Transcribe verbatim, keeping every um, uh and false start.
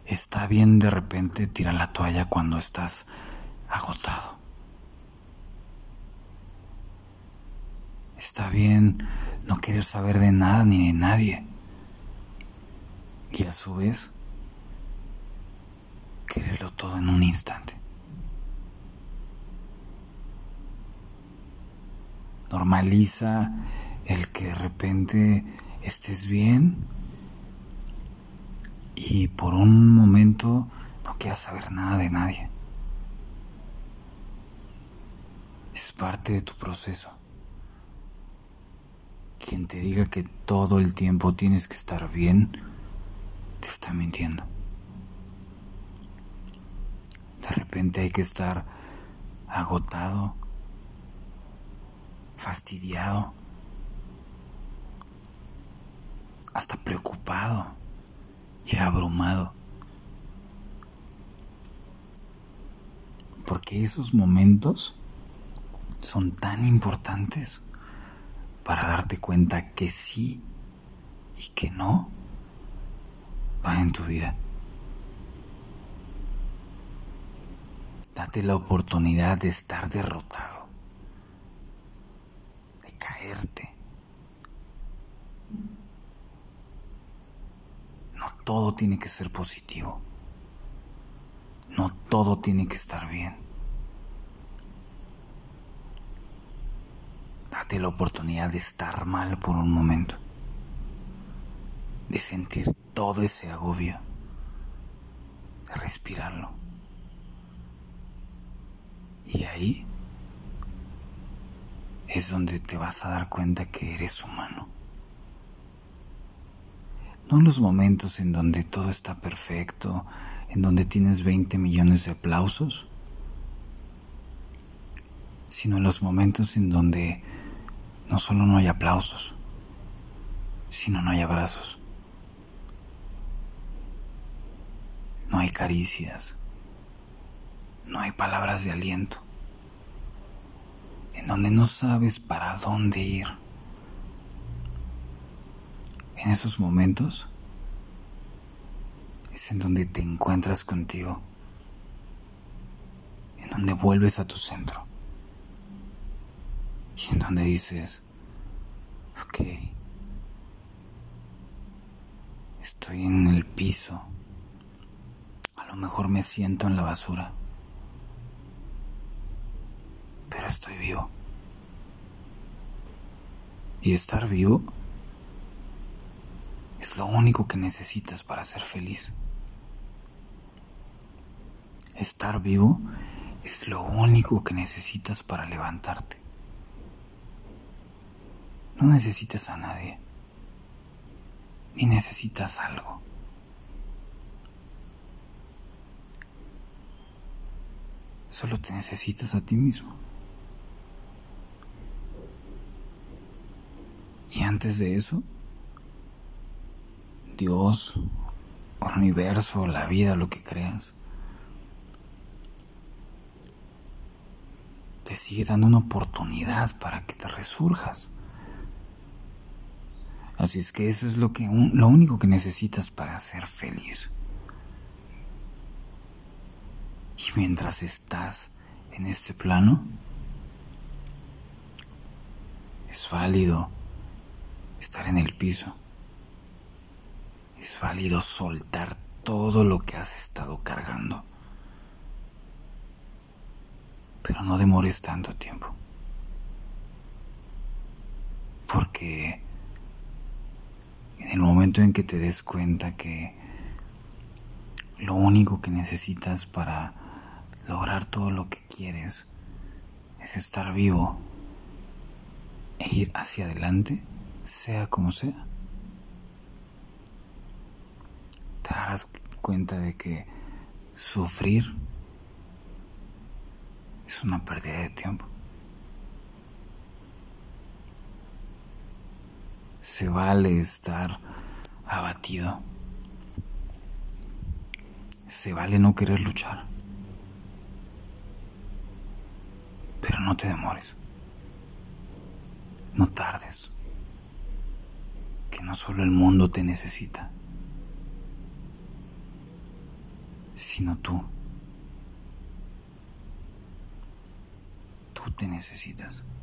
Está bien de repente tirar la toalla cuando estás agotado. Está bien no querer saber de nada ni de nadie. Y a su vez, quererlo todo en un instante. Normaliza el que de repente estés bien y por un momento no quieras saber nada de nadie. Es parte de tu proceso. Quien te diga que todo el tiempo tienes que estar bien, te está mintiendo. De repente hay que estar agotado, fastidiado, hasta preocupado y abrumado. Porque esos momentos son tan importantes para darte cuenta que sí y que no va en tu vida. Date la oportunidad de estar derrotado, de caerte. No todo tiene que ser positivo. No todo tiene que estar bien. Date la oportunidad de estar mal por un momento, de sentir todo ese agobio, de respirarlo. Y ahí es donde te vas a dar cuenta que eres humano. No en los momentos en donde todo está perfecto, en donde tienes veinte millones de aplausos, sino en los momentos en donde no solo no hay aplausos, sino no hay abrazos, no hay caricias, no hay palabras de aliento, en donde no sabes para dónde ir. En esos momentos es en donde te encuentras contigo, en donde vuelves a tu centro y en donde dices, ok, estoy en el piso, a lo mejor me siento en la basura, pero estoy vivo. Y estar vivo es lo único que necesitas para ser feliz. Estar vivo es lo único que necesitas para levantarte. No necesitas a nadie, ni necesitas algo. Solo te necesitas a ti mismo. Y antes de eso, Dios, el universo, la vida, lo que creas, te sigue dando una oportunidad para que te resurjas. Así es que eso es lo que un, lo único que necesitas para ser feliz. Y mientras estás en este plano, es válido estar en el piso. Es válido soltar todo lo que has estado cargando. Pero no demores tanto tiempo. Porque en el momento en que te des cuenta que lo único que necesitas para lograr todo lo que quieres es estar vivo e ir hacia adelante, sea como sea, te darás cuenta de que sufrir es una pérdida de tiempo. Se vale estar abatido. Se vale no querer luchar. Pero no te demores. No tardes. Que no solo el mundo te necesita. sino tú. Tú te necesitas.